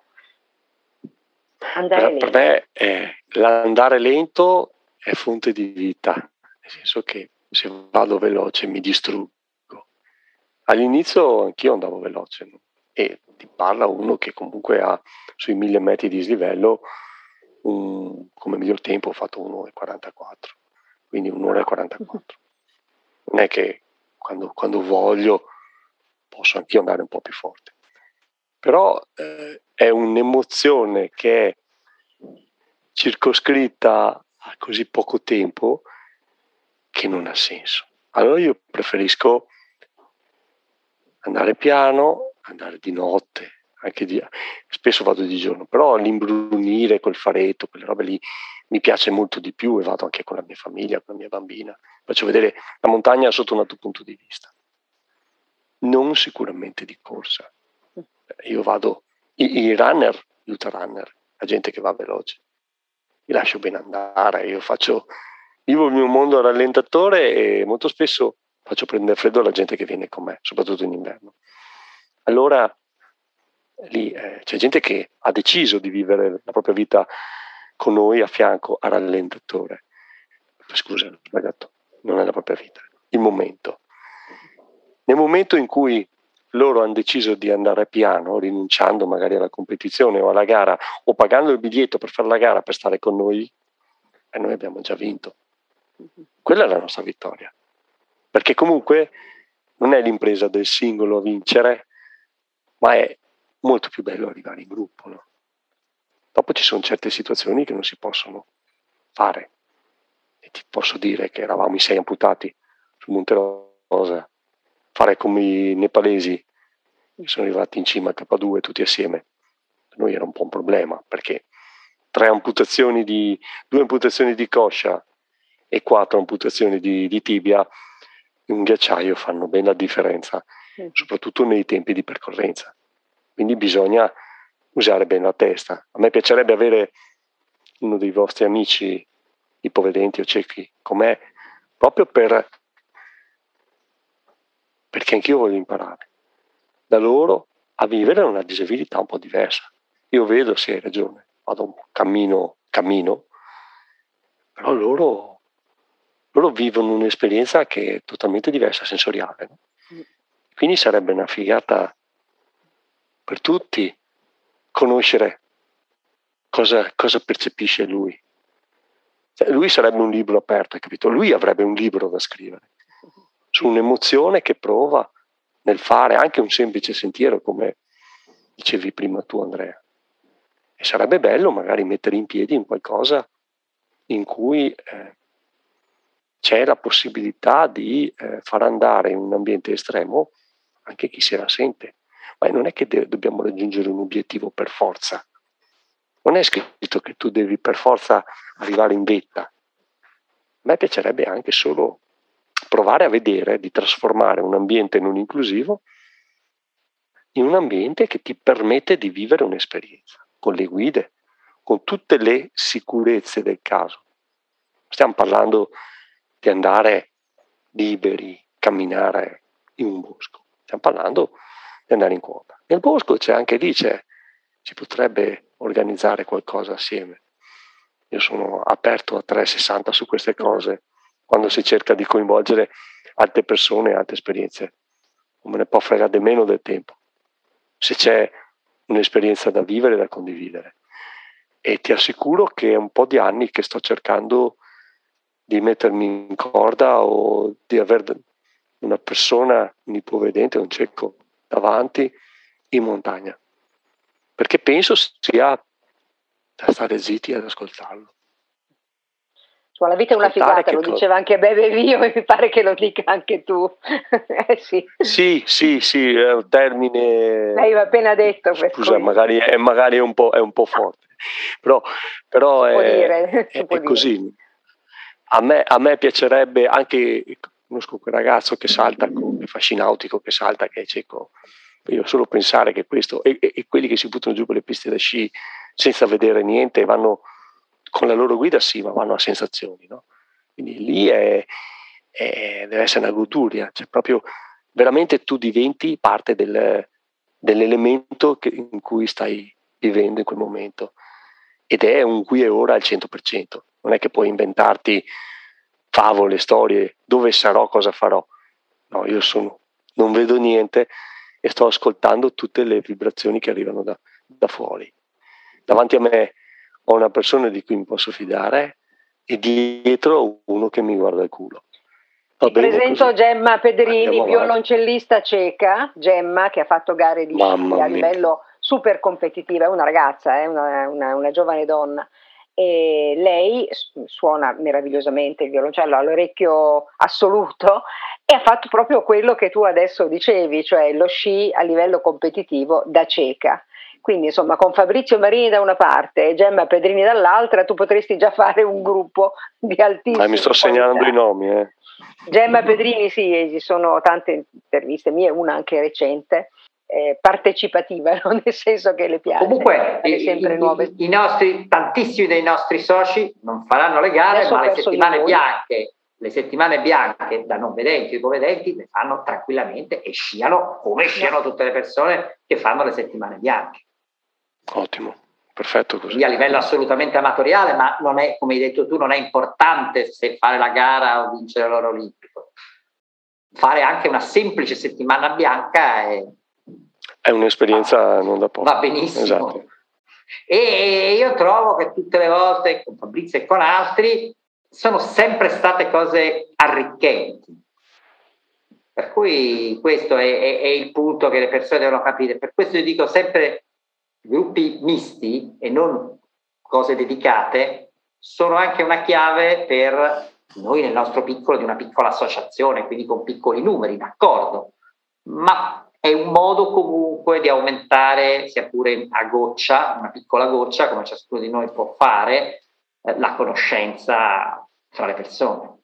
Per me l'andare lento è fonte di vita, nel senso che se vado veloce mi distruggo. All'inizio anch'io andavo veloce, no? E ti parla uno che comunque ha sui 1000 metri di dislivello come miglior tempo ho fatto 1,44, quindi 1,44. Non è che quando voglio posso anch'io andare un po' più forte, però è un'emozione che è circoscritta a così poco tempo che non ha senso. Allora io preferisco andare piano, andare di notte, spesso vado di giorno, però l'imbrunire col faretto, quelle robe lì, mi piace molto di più, e vado anche con la mia famiglia, con la mia bambina. Faccio vedere la montagna sotto un altro punto di vista. Non sicuramente di corsa. Io vado, i runner, gli ultra runner, la gente che va veloce, mi lascio ben andare, vivo il mio mondo rallentatore e molto spesso faccio prendere freddo alla gente che viene con me, soprattutto in inverno. Allora lì c'è gente che ha deciso di vivere la propria vita con noi a fianco a rallentatore. Scusa, ho sbagliato, non è la propria vita, il momento. Nel momento in cui loro hanno deciso di andare piano, rinunciando magari alla competizione o alla gara, o pagando il biglietto per fare la gara per stare con noi, e noi abbiamo già vinto. Quella è la nostra vittoria. Perché comunque non è l'impresa del singolo a vincere, ma è molto più bello arrivare in gruppo, no? Dopo ci sono certe situazioni che non si possono fare. E ti posso dire che eravamo in 6 amputati sul Monte Rosa fare come i nepalesi che sono arrivati in cima a K2 tutti assieme. Per noi era un po' un problema, perché 2 amputazioni di coscia e 4 amputazioni di tibia in un ghiacciaio fanno ben la differenza, soprattutto nei tempi di percorrenza. Quindi bisogna usare bene la testa. A me piacerebbe avere uno dei vostri amici ipovedenti o ciechi com'è, proprio perché anch'io voglio imparare da loro a vivere una disabilità un po' diversa. Io vedo, sì, hai ragione, cammino, però loro vivono un'esperienza che è totalmente diversa, sensoriale, no? Quindi sarebbe una figata per tutti conoscere cosa percepisce lui. Cioè, lui sarebbe un libro aperto, hai capito? Lui avrebbe un libro da scrivere su un'emozione che prova nel fare anche un semplice sentiero, come dicevi prima tu, Andrea. E sarebbe bello magari mettere in piedi un qualcosa in cui c'è la possibilità di far andare in un ambiente estremo anche chi se la sente. Ma non è che dobbiamo raggiungere un obiettivo per forza. Non è scritto che tu devi per forza arrivare in vetta. A me piacerebbe anche solo provare a vedere di trasformare un ambiente non inclusivo in un ambiente che ti permette di vivere un'esperienza, con le guide, con tutte le sicurezze del caso. Stiamo parlando di andare liberi, camminare in un bosco. Stiamo parlando di andare in quota. Nel bosco c'è anche lì, si potrebbe organizzare qualcosa assieme. Io sono aperto a 360 su queste cose, quando si cerca di coinvolgere altre persone e altre esperienze. Non me ne può fregare meno del tempo, se c'è un'esperienza da vivere e da condividere. E ti assicuro che è un po' di anni che sto cercando di mettermi in corda o di avere una persona, un ipovedente, un cieco davanti in montagna, perché penso sia da stare zitti ad ascoltarlo. La vita è una figata, lo diceva anche Bebe Vio e mi pare che lo dica anche tu. Sì, è un termine. L'hai appena detto. Scusa, magari è un po' forte, però è così. A me piacerebbe anche, conosco quel ragazzo che salta, che fa sci nautico, che salta, che è cieco. Io solo pensare che questo, e quelli che si buttano giù per le piste da sci senza vedere niente, vanno con la loro guida, sì, ma vanno a sensazioni, no? Quindi lì deve essere una goduria, cioè proprio veramente tu diventi parte dell'elemento in cui stai vivendo in quel momento, ed è un qui e ora al 100%. Non è che puoi inventarti favole, storie, dove sarò, cosa farò. No, io non vedo niente e sto ascoltando tutte le vibrazioni che arrivano da fuori. Davanti a me ho una persona di cui mi posso fidare e dietro uno che mi guarda il culo. Ti presento così. Gemma Pedrini, violoncellista cieca. Gemma, che ha fatto gare di sci a livello super competitiva, è una ragazza, è una giovane donna. E lei suona meravigliosamente il violoncello all'orecchio assoluto e ha fatto proprio quello che tu adesso dicevi, cioè lo sci a livello competitivo da cieca. Quindi insomma con Fabrizio Marini da una parte e Gemma Pedrini dall'altra tu potresti già fare un gruppo di altissima mi sto segnando i nomi. Gemma Pedrini, sì, ci sono tante interviste mie, una anche recente, partecipativa, no? Nel senso che le piace. Comunque sempre nuove. Tantissimi dei nostri soci non faranno le gare, adesso ma le settimane bianche da non vedenti o ipovedenti le fanno tranquillamente e sciano come sciano tutte le persone che fanno le settimane bianche. Ottimo, perfetto così. Quindi a livello assolutamente amatoriale, ma non è, come hai detto tu, non è importante se fare la gara o vincere l'oro olimpico. Fare anche una semplice settimana bianca è un'esperienza non da poco. Va benissimo. Esatto. E io trovo che tutte le volte, con Fabrizio e con altri, sono sempre state cose arricchenti. Per cui questo è il punto che le persone devono capire. Per questo io dico sempre gruppi misti e non cose dedicate sono anche una chiave per noi nel nostro piccolo, di una piccola associazione, quindi con piccoli numeri, d'accordo, ma è un modo comunque di aumentare, sia pure a goccia, una piccola goccia, come ciascuno di noi può fare, la conoscenza tra le persone.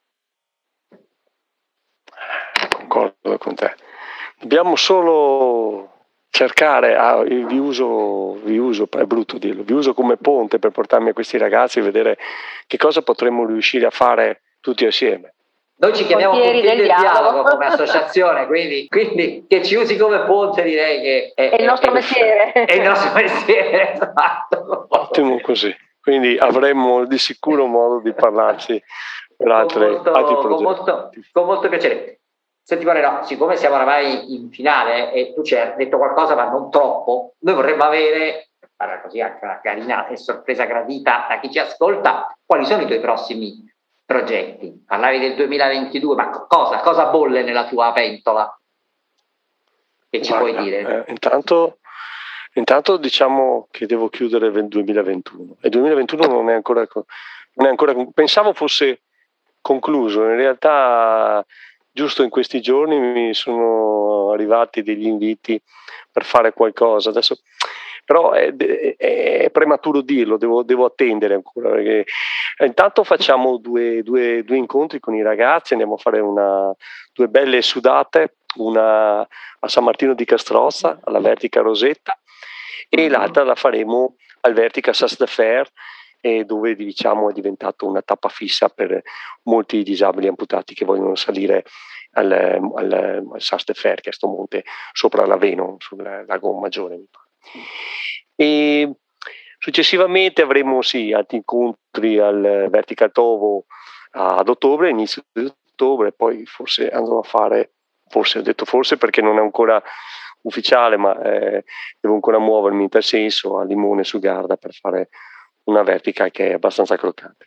Concordo con te. Dobbiamo solo cercare, vi uso, è brutto dirlo, vi uso come ponte per portarmi a questi ragazzi e vedere che cosa potremmo riuscire a fare tutti assieme. Noi ci chiamiamo Pontieri del Dialogo come associazione, quindi che ci usi come ponte, direi che è il nostro mestiere. È il nostro mestiere, esatto. Ottimo così. Quindi avremmo di sicuro modo di parlarci per altri progetti. Con molto piacere. Senti Valerio, siccome siamo oramai in finale e tu ci hai detto qualcosa ma non troppo, noi vorremmo avere, così anche una carina e sorpresa gradita da chi ci ascolta, quali sono i tuoi prossimi progetti? Parlavi del 2022, ma cosa bolle nella tua pentola? Che ci puoi dire? Intanto diciamo che devo chiudere il 2021 e il 2021 non è ancora pensavo fosse concluso, in realtà giusto in questi giorni mi sono arrivati degli inviti per fare qualcosa, adesso però è prematuro dirlo, devo attendere ancora, perché intanto facciamo due incontri con i ragazzi, andiamo a fare due belle sudate, una a San Martino di Castrozza, alla Vertica Rosetta, e l'altra la faremo al Vertica Sas de Fer, dove diciamo è diventato una tappa fissa per molti disabili amputati che vogliono salire al Sas de Fer, che è sto monte sopra l'Aveno, sul lago Maggiore, mi pare. E successivamente avremo altri incontri al Vertical Tovo ad ottobre, inizio di ottobre, poi forse andrò a fare, ho detto forse perché non è ancora ufficiale, ma devo ancora muovermi in tal senso, a Limone su Garda per fare una vertical che è abbastanza croccante.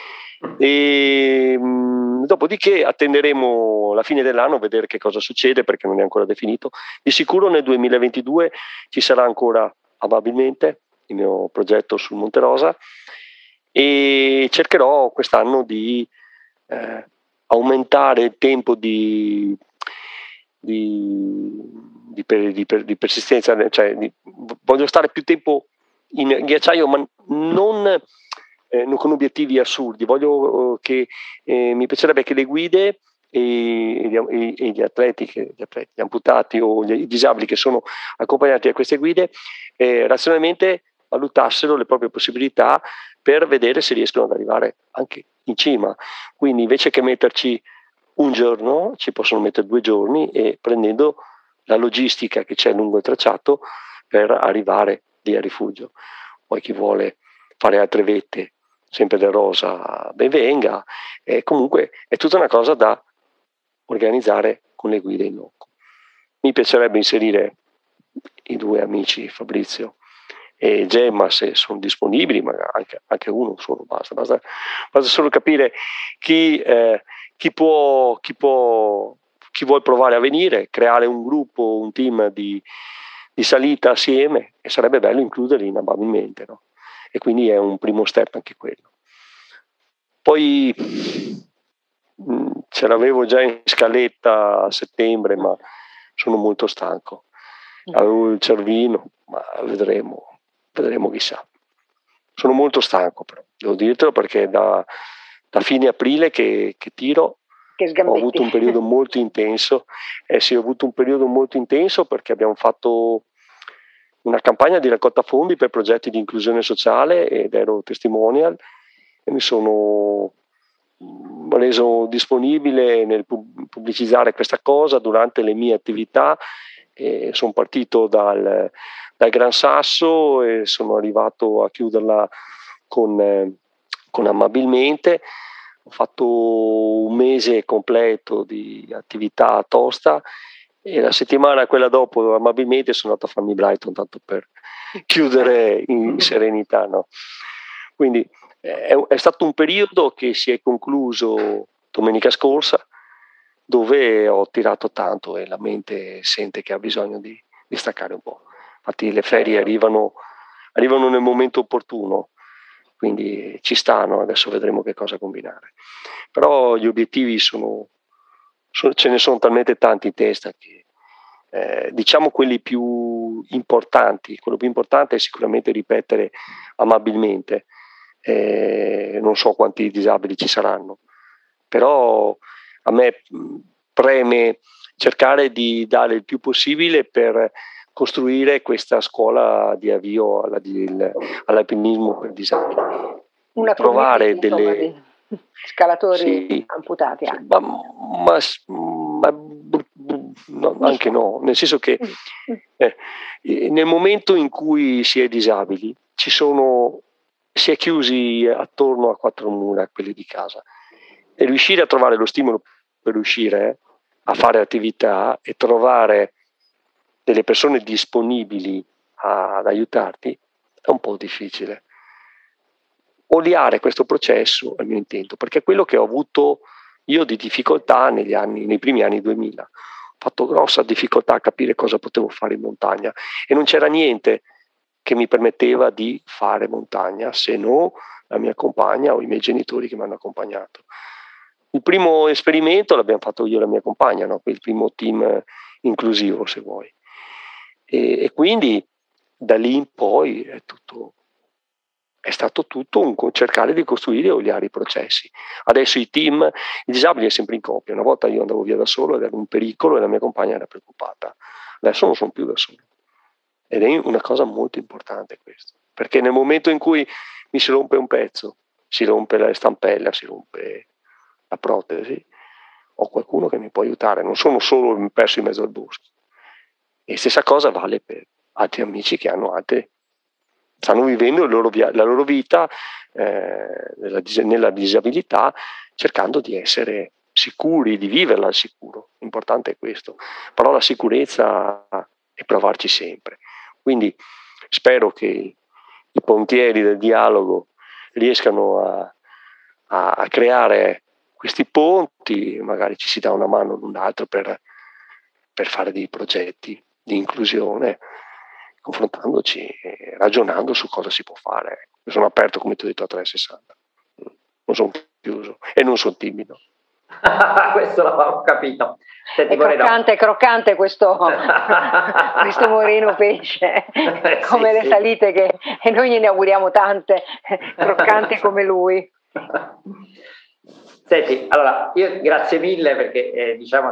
E dopodiché attenderemo la fine dell'anno a vedere che cosa succede, perché non è ancora definito. Di sicuro nel 2022 ci sarà ancora amabilmente il mio progetto sul Monte Rosa e cercherò quest'anno di aumentare il tempo di persistenza, cioè voglio stare più tempo in ghiacciaio, ma non con obiettivi assurdi. Voglio che mi piacerebbe che le guide e gli atleti, gli amputati o i disabili che sono accompagnati da queste guide razionalmente valutassero le proprie possibilità per vedere se riescono ad arrivare anche in cima. Quindi invece che metterci un giorno, ci possono mettere 2 giorni, e prendendo la logistica che c'è lungo il tracciato per arrivare lì a rifugio. Poi chi vuole fare altre vette, sempre del Rosa, ben venga. Comunque è tutta una cosa da organizzare con le guide in loco. Mi piacerebbe inserire i 2 amici Fabrizio e Gemma, se sono disponibili, ma anche uno solo basta solo capire chi vuole provare a venire, creare un gruppo, un team di salita assieme, e sarebbe bello includerli inamovibilmente, no? E quindi è un primo step anche quello. Poi ce l'avevo già in scaletta a settembre, ma sono molto stanco. Avevo il cervino, ma vedremo chissà. Sono molto stanco, però devo dirtelo, perché da fine aprile che tiro, ho avuto un periodo molto intenso. Sì, ho avuto un periodo molto intenso perché abbiamo fatto una campagna di raccolta fondi per progetti di inclusione sociale ed ero testimonial, e mi sono reso disponibile nel pubblicizzare questa cosa durante le mie attività. Sono partito dal Gran Sasso e sono arrivato a chiuderla con amabilmente. Ho fatto un mese completo di attività tosta, e la settimana quella dopo amabilmente sono andato a farmi Brighton, tanto per chiudere in serenità, no? Quindi è stato un periodo che si è concluso domenica scorsa, dove ho tirato tanto e la mente sente che ha bisogno di staccare un po'. Infatti le ferie arrivano nel momento opportuno, quindi ci stanno, adesso vedremo che cosa combinare. Però gli obiettivi ce ne sono talmente tanti in testa che diciamo quelli più importanti. Quello più importante è sicuramente ripetere amabilmente. Non so quanti disabili ci saranno, però a me preme cercare di dare il più possibile per costruire questa scuola di avvio all'alpinismo per disabili. Una trovare delle scalatori amputati anche. No, anche no, nel senso che nel momento in cui si è disabili si è chiusi attorno a quattro mura, quelli di casa, e riuscire a trovare lo stimolo per riuscire a fare attività e trovare delle persone disponibili ad aiutarti è un po' difficile. Oliare questo processo è il mio intento, perché è quello che ho avuto io di difficoltà nei primi anni 2000. Ho fatto grossa difficoltà a capire cosa potevo fare in montagna e non c'era niente che mi permetteva di fare montagna, se no la mia compagna o i miei genitori che mi hanno accompagnato. Il primo esperimento l'abbiamo fatto io e la mia compagna, no? Il primo team inclusivo, se vuoi. E quindi da lì in poi è stato tutto un cercare di costruire e oliare i processi. Adesso il disabili è sempre in coppia. Una volta io andavo via da solo ed era un pericolo e la mia compagna era preoccupata. Adesso non sono più da solo. Ed è una cosa molto importante questo, perché nel momento in cui mi si rompe un pezzo, si rompe la stampella, si rompe la protesi, ho qualcuno che mi può aiutare, non sono solo perso in mezzo al bosco. E stessa cosa vale per altri amici che stanno vivendo la loro vita nella disabilità, cercando di essere sicuri, di viverla al sicuro. L'importante è questo, però la sicurezza è provarci sempre. Quindi spero che i pontieri del dialogo riescano a creare questi ponti, magari ci si dà una mano l'un l'altro per fare dei progetti di inclusione, confrontandoci e ragionando su cosa si può fare. Io sono aperto, come ti ho detto, a 360, non sono chiuso e non sono timido. Questo l'avevo capito. Senti, è croccante questo Moreno Pesce, come le salite e noi gliene auguriamo tante, croccante come lui. Senti, allora io grazie mille perché diciamo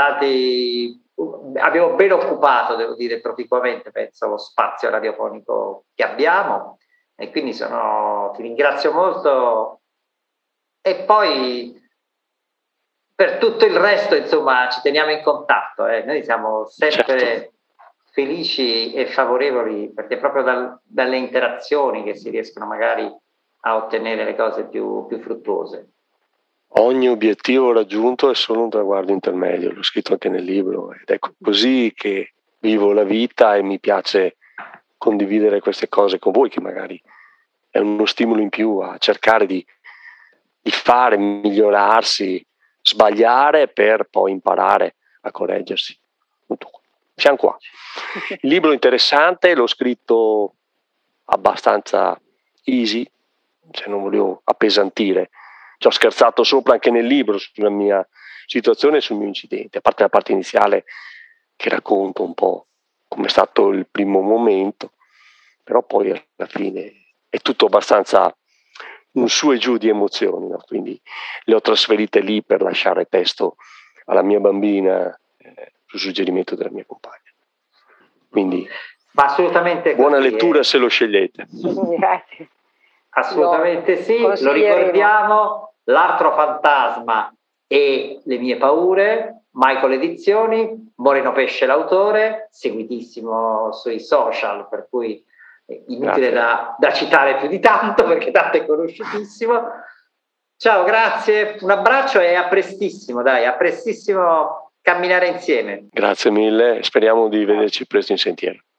abbiamo ben occupato, devo dire proficuamente, penso, lo spazio radiofonico che abbiamo, e quindi ti ringrazio molto, e poi per tutto il resto, insomma, ci teniamo in contatto. Noi siamo sempre felici e favorevoli, perché proprio dalle interazioni che si riescono magari a ottenere le cose più fruttuose. Ogni obiettivo raggiunto è solo un traguardo intermedio, l'ho scritto anche nel libro, ed è così che vivo la vita e mi piace condividere queste cose con voi, che magari è uno stimolo in più a cercare di fare, migliorarsi, sbagliare per poi imparare a correggersi. Siamo qua. Il libro è interessante, l'ho scritto abbastanza easy, se non volevo appesantire. Ci ho scherzato sopra anche nel libro sulla mia situazione e sul mio incidente, a parte la parte iniziale che racconto un po' come è stato il primo momento, però poi alla fine è tutto abbastanza un su e giù di emozioni, no? Quindi le ho trasferite lì per lasciare testo alla mia bambina su suggerimento della mia compagna. Quindi ma assolutamente buona lettura se lo scegliete. Grazie. Assolutamente sì, lo ricordiamo. L'Artro Fantasma e le mie paure, Michael Edizioni, Moreno Pesce l'autore, seguitissimo sui social, per cui inutile da citare più di tanto, perché tanto è conosciutissimo. Ciao, grazie, un abbraccio e a prestissimo, a prestissimo camminare insieme. Grazie mille, speriamo di vederci presto in sentiero.